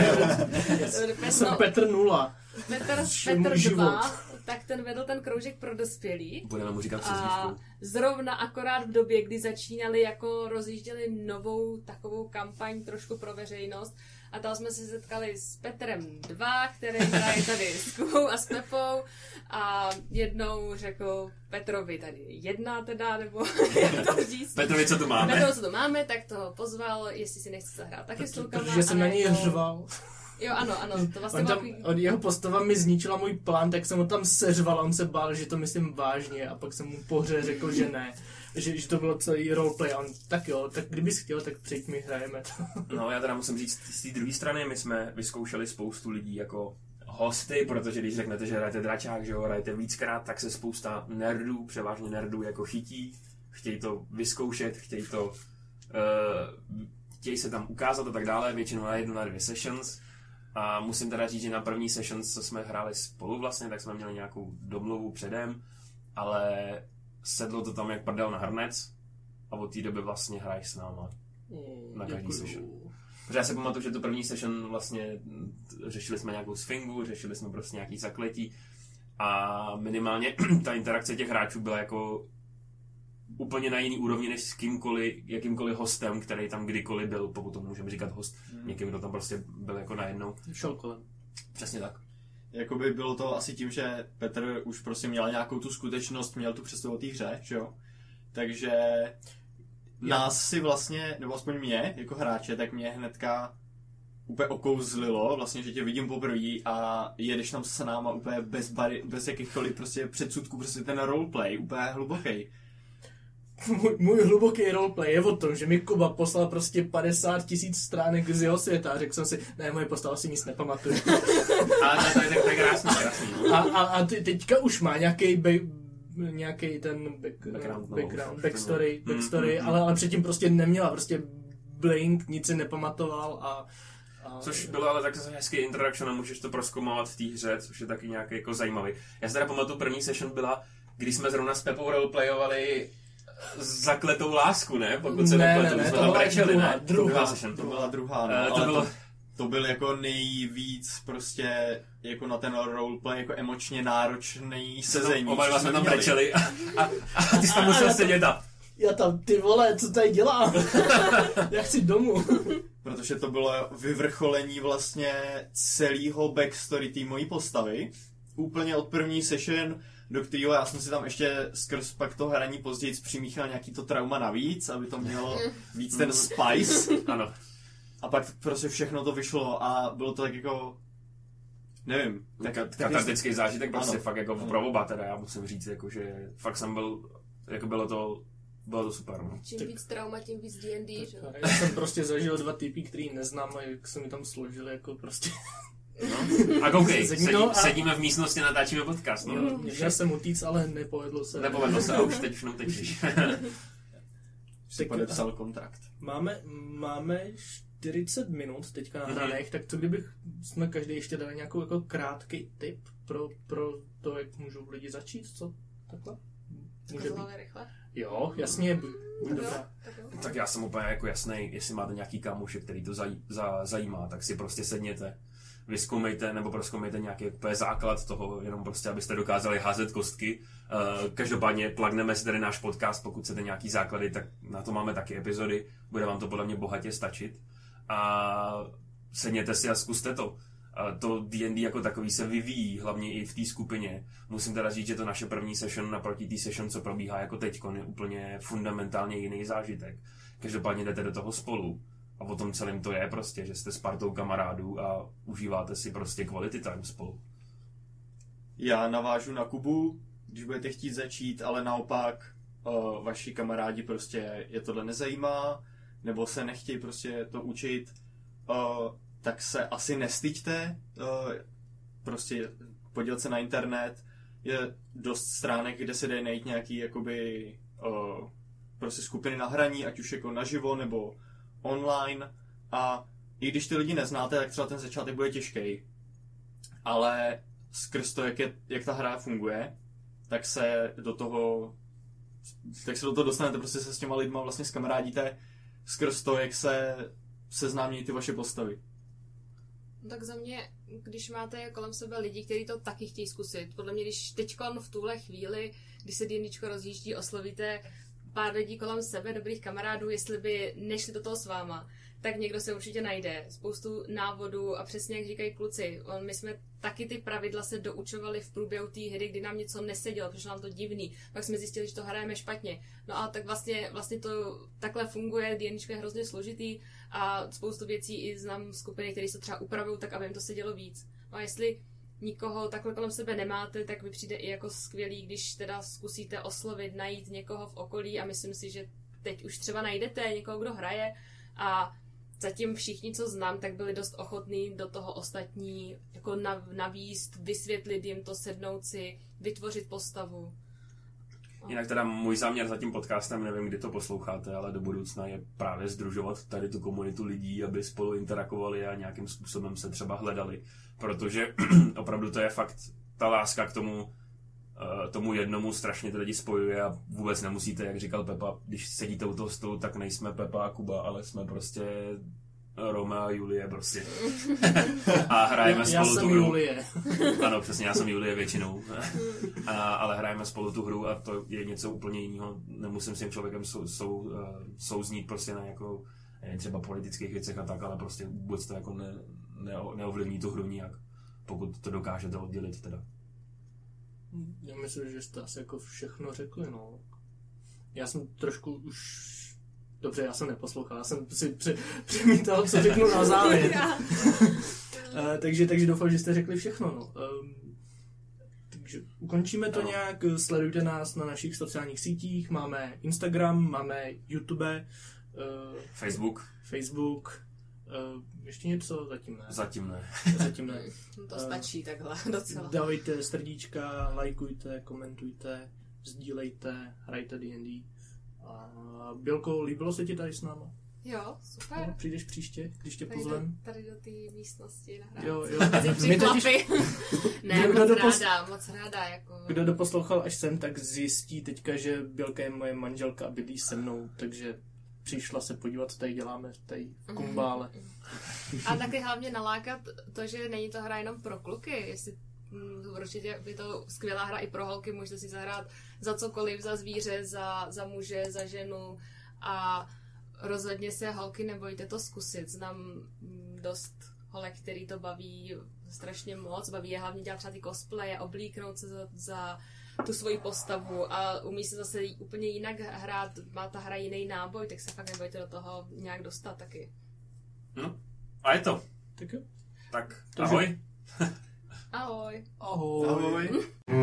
Já jsem Petr nula. Petr, Petr dva, tak ten vedl ten kroužek pro dospělí. Budeme mu říkat A přezdívku. zrovna akorát v době, kdy začínali, jako rozjížděli novou takovou kampaň trošku pro veřejnost. A tam jsme se setkali s Petrem dva, který hraje tady s Kubou a s Pepou. A jednou řekl Petrovi tady jedna teda, nebo jak to říct. Petrovi, co tu máme? Petrovi, co tu máme, tak to pozval, jestli si nechce zahrát taky s klukama. Protože jsem na něj jako... řval. Jo, ano, ano, to vlastně On tam, takový... od jeho postava mi zničila můj plán, tak jsem ho tam seřval a on se bál, že to myslím vážně a pak jsem mu po hře řekl, že ne. Že, že to bylo celý roleplay a on, tak jo, tak kdybys chtěl, tak přijď mi, hrajeme to. No já teda musím říct, z té druhé strany my jsme vyzkoušeli spoustu lidí jako hosty, protože když řeknete, že hrajete Dračák, že ho hrajete víckrát, tak se spousta nerdů, převážně nerdů jako chytí, chtějí to vyzkoušet, chtějí to, uh, chtějí se tam ukázat a tak dále, většinou na jednu, na dvě sessions. A musím teda říct, že na první sessions, co jsme hráli spolu vlastně, tak jsme měli nějakou domluvu předem, ale sedlo to tam jak prdel na hrnec a od té doby vlastně hraješ s náma na každý session. Protože já si pamatuju, že tu první session vlastně řešili jsme nějakou sfingu, řešili jsme prostě nějaký zakletí a minimálně ta interakce těch hráčů byla jako úplně na jiný úrovni než s kýmkoliv, jakýmkoliv hostem, který tam kdykoliv byl, pokud to můžeme říkat host, mm. někým, kdo tam prostě byl jako najednou. Šel kolem. Přesně tak. Jakoby bylo to asi tím, že Petr už prostě měl nějakou tu skutečnost, měl tu představu o té hře, že jo? Takže nás si vlastně, nebo aspoň mě, jako hráče, tak mě hnedka úplně okouzlilo, vlastně, že tě vidím poprvé a jedeš tam s náma úplně bez, bari, bez jakýchkoliv prostě předsudků, prostě ten roleplay, úplně hluboký. Můj, můj hluboký roleplay je o tom, že mi Kuba poslal prostě padesát tisíc stránek z jeho světa a řekl jsem si, ne, moje postava si nic nepamatuju. Ale to je tak krásný, krásný. A, a, a ty, teďka už má nějaký back, nějaký ten back, background, background no, backstory, mm, backstory mm, mm. ale, ale předtím prostě neměla, prostě blink, nic si nepamatoval a... a Což bylo ale tak hezký introduction a můžeš to prozkoumávat v té hře, což je taky nějaký jako zajímavý. Já si teda pamatuju, první session byla, když jsme zrovna s Pepou roleplayovali Zakletou lásku, ne? Pokud se ne, nepletu, ne, jsme to tam byla brečeli, druhá, ne? druhá, druhá session. To byla druhá, no, Uh, to ale bylo... to, to byl jako nejvíc prostě jako na ten roleplay jako emočně náročný sezení. No, oba dva jsme tam měli. brečeli a, a, a ty jsi tam musel sedět a... Já tam, ty vole, co tady dělám? Já chci domů. Protože to bylo vyvrcholení vlastně celého backstory té mojí postavy. Úplně od první session, do kterého já jsem si tam ještě skrz pak to hraní později přimíchal nějaký to trauma navíc, aby to mělo víc ten spice. Ano. A pak prostě všechno to vyšlo a bylo to tak jako... Nevím. Tak, tak katartický zážitek prostě ano. fakt jako pro oba teda, já musím říct, jako, že fakt jsem byl, jako bylo to, bylo to super. No. Čím tak, víc trauma, tím víc D and D, že? Já jsem prostě zažil dva typy, který neznám a jak se mi tam složili jako prostě... No. A koukej, Sedí- sedí, no a- sedíme v místnosti, natáčíme podcast. No. Jo, měl jsem utíct, ale nepovedlo se. Nepovedlo se a už teď už tečíš. Si podepsal kontrakt. Máme, máme čtyřicet minut teďka nahraných, mm-hmm. tak co kdybych jsme každý ještě dali nějakou jako krátký tip pro, pro to, jak můžou lidi začít, co? Takhle? Může být. Kozlali rychle? Jo, jasně, buď Tak jo, dobrá. tak jo. Tak já jsem úplně jako jasnej, jestli máte nějaký kamoše, který to zaj, za, zajímá, tak si prostě sedněte, vyzkoumejte nebo prozkoumejte nějaký úplně základ toho, jenom prostě, abyste dokázali házet kostky. Uh, každopádně plagneme si tady náš podcast, pokud chcete nějaký základy, tak na to máme taky epizody, bude vám to podle mě bohatě stačit. A sedněte si a zkuste to. A to D and D jako takový se vyvíjí, hlavně i v té skupině. Musím teda říct, že to naše první session naproti té session, co probíhá jako teďkon, je úplně fundamentálně jiný zážitek. Každopádně jdete do toho spolu. A o tom celém to je prostě, že jste s partou kamarádů a užíváte si prostě quality time spolu. Já navážu na Kubu, když budete chtít začít, ale naopak uh, vaši kamarádi prostě je tohle nezajímá, nebo se nechtějí prostě to učit, uh, tak se asi nestyďte, uh, prostě podívat se na internet, je dost stránek, kde se dají najít nějaký jakoby uh, prostě skupiny na hraní, ať už jako naživo nebo online, a i když ty lidi neznáte, tak třeba ten začátek bude těžký, ale skrz to, jak, je, jak ta hra funguje, tak se do toho tak se do toho dostanete, prostě se s těma lidma vlastně zkamarádíte skrz to, jak se seznámí ty vaše postavy. No tak za mě, když máte kolem sebe lidi, kteří to taky chtějí zkusit, podle mě, když teďkon v tuhle chvíli, když se D&Dčko rozjíždí, oslovíte pár lidí kolem sebe, dobrých kamarádů, jestli by nešli do toho s váma, tak někdo se určitě najde. Spoustu návodů a přesně jak říkají kluci, on, my jsme taky ty pravidla se doučovali v průběhu té hry, kdy nám něco nesedělo, přišlo nám to divný, pak jsme zjistili, že to hrajeme špatně. No a tak vlastně, vlastně to takhle funguje, D and D je hrozně složitý a spoustu věcí i znám skupiny, které se třeba upravují tak, aby jim to sedělo víc. No a jestli nikoho takhle kolem sebe nemáte, tak mi přijde i jako skvělý, když teda zkusíte oslovit, najít někoho v okolí a myslím si, že teď už třeba najdete někoho, kdo hraje a zatím všichni, co znám, tak byli dost ochotní do toho ostatní jako navíst, vysvětlit jim to, sednout si, vytvořit postavu. Jinak teda můj záměr za tím podcastem, nevím, kdy to posloucháte, ale do budoucna je právě sdružovat tady tu komunitu lidí, aby spolu interakovali a nějakým způsobem se třeba hledali. Protože opravdu to je fakt ta láska k tomu, tomu jednomu strašně ty lidi spojuje a vůbec nemusíte, jak říkal Pepa, když sedíte u toho stolu, tak nejsme Pepa a Kuba, ale jsme prostě Romeo a Julie prostě. A hrajeme já, spolu já tu jsem hru. Julie. Ano, přesně, já jsem Julie většinou. A, ale hrajeme spolu tu hru a to je něco úplně jiného. Nemusím s tím člověkem sou, sou, souznít prostě na jako, třeba politických věcech a tak, ale prostě vůbec to jako ne, ne, neovlivní tu hru nijak, pokud to dokážete oddělit teda. Já myslím, že jste asi jako všechno řekli, no. Já jsem trošku už... Dobře, já jsem neposlouchal, já jsem si při, přemítal, co řeknu na závěr. uh, takže, takže doufám, že jste řekli všechno, no. Um, takže ukončíme to no. nějak, sledujte nás na našich sociálních sítích, máme Instagram, máme YouTube, uh, Facebook. Facebook, uh, ještě něco? Zatím ne. Zatím ne. Zatím ne. To stačí takhle docela. Dávejte srdíčka, lajkujte, komentujte, sdílejte, hrajte D and D. A Bělko, líbilo se ti tady s náma? Jo, super. No, přijdeš příště, když tě Tady pozvem? do, tady do té místnosti nahrát. Jo, jo. Mezi My chlapy. Ne, kdo moc dopos... ráda, moc ráda. Jako... Kdo doposlouchal až sem, tak zjistí teďka, že Bělka je moje manželka a bydlí se mnou, takže přišla se podívat, co tady děláme tady v Kumbále. A taky hlavně nalákat to, že není to hra jenom pro kluky, jestli určitě je to skvělá hra i pro holky, můžete si zahrát za cokoliv, za zvíře, za, za muže, za ženu a rozhodně se holky nebojte to zkusit. Znám dost holek, který to baví strašně moc, baví je hlavně dělat třeba ty cosplaye, oblíknout se za, za tu svoji postavu a umí se zase úplně jinak hrát, má ta hra jiný náboj, tak se fakt nebojte do toho nějak dostat taky. No, a je to. Tak jo. Tak, Takže... ahoj. Ahoj. Ahoj. Ahoj.